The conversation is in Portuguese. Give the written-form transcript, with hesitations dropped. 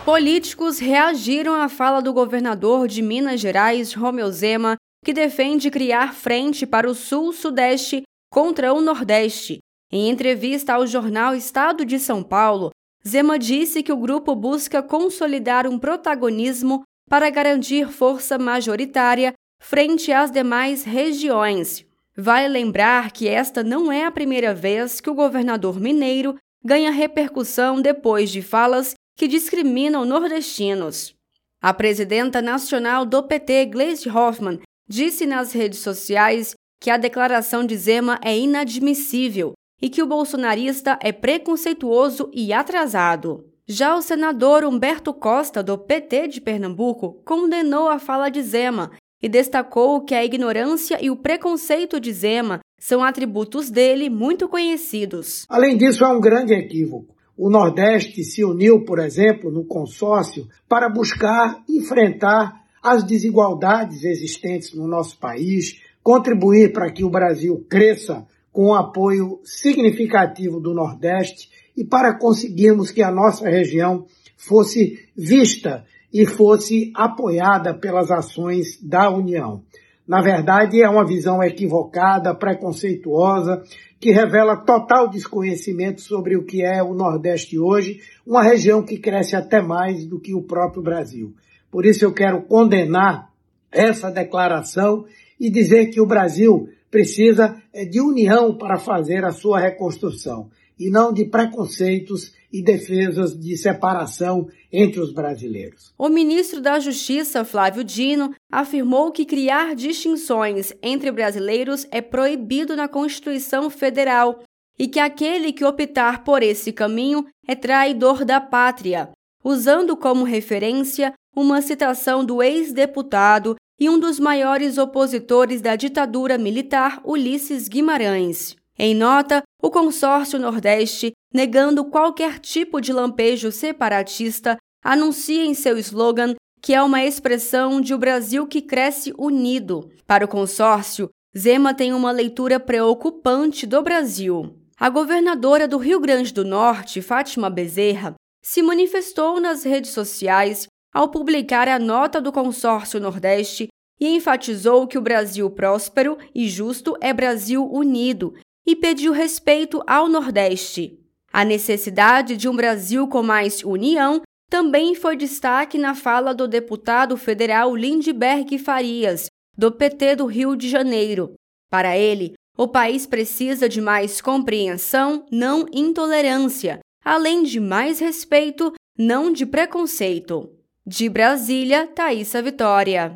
Políticos reagiram à fala do governador de Minas Gerais, Romeu Zema, que defende criar frente para o Sul-Sudeste contra o Nordeste. Em entrevista ao jornal Estado de São Paulo, Zema disse que o grupo busca consolidar um protagonismo para garantir força majoritária frente às demais regiões. Vale lembrar que esta não é a primeira vez que o governador mineiro ganha repercussão depois de falas que discriminam nordestinos. A presidenta nacional do PT, Gleisi Hoffmann, disse nas redes sociais que a declaração de Zema é inadmissível e que o bolsonarista é preconceituoso e atrasado. Já o senador Humberto Costa, do PT de Pernambuco, condenou a fala de Zema e destacou que a ignorância e o preconceito de Zema são atributos dele muito conhecidos. Além disso, é um grande equívoco. O Nordeste se uniu, por exemplo, no consórcio para buscar enfrentar as desigualdades existentes no nosso país, contribuir para que o Brasil cresça com o apoio significativo do Nordeste e para conseguirmos que a nossa região fosse vista e fosse apoiada pelas ações da União. Na verdade, é uma visão equivocada, preconceituosa, que revela total desconhecimento sobre o que é o Nordeste hoje, uma região que cresce até mais do que o próprio Brasil. Por isso eu quero condenar essa declaração e dizer que o Brasil precisa de união para fazer a sua reconstrução, e não de preconceitos e defesas de separação entre os brasileiros. O ministro da Justiça, Flávio Dino, afirmou que criar distinções entre brasileiros é proibido na Constituição Federal e que aquele que optar por esse caminho é traidor da pátria, usando como referência uma citação do ex-deputado e um dos maiores opositores da ditadura militar, Ulisses Guimarães. Em nota, o Consórcio Nordeste, negando qualquer tipo de lampejo separatista, anuncia em seu slogan que é uma expressão de um Brasil que cresce unido. Para o consórcio, Zema tem uma leitura preocupante do Brasil. A governadora do Rio Grande do Norte, Fátima Bezerra, se manifestou nas redes sociais ao publicar a nota do Consórcio Nordeste e enfatizou que o Brasil próspero e justo é Brasil unido e pediu respeito ao Nordeste. A necessidade de um Brasil com mais união também foi destaque na fala do deputado federal Lindbergh Farias, do PT do Rio de Janeiro. Para ele, o país precisa de mais compreensão, não intolerância, além de mais respeito, não de preconceito. De Brasília, Thaísa Vitória.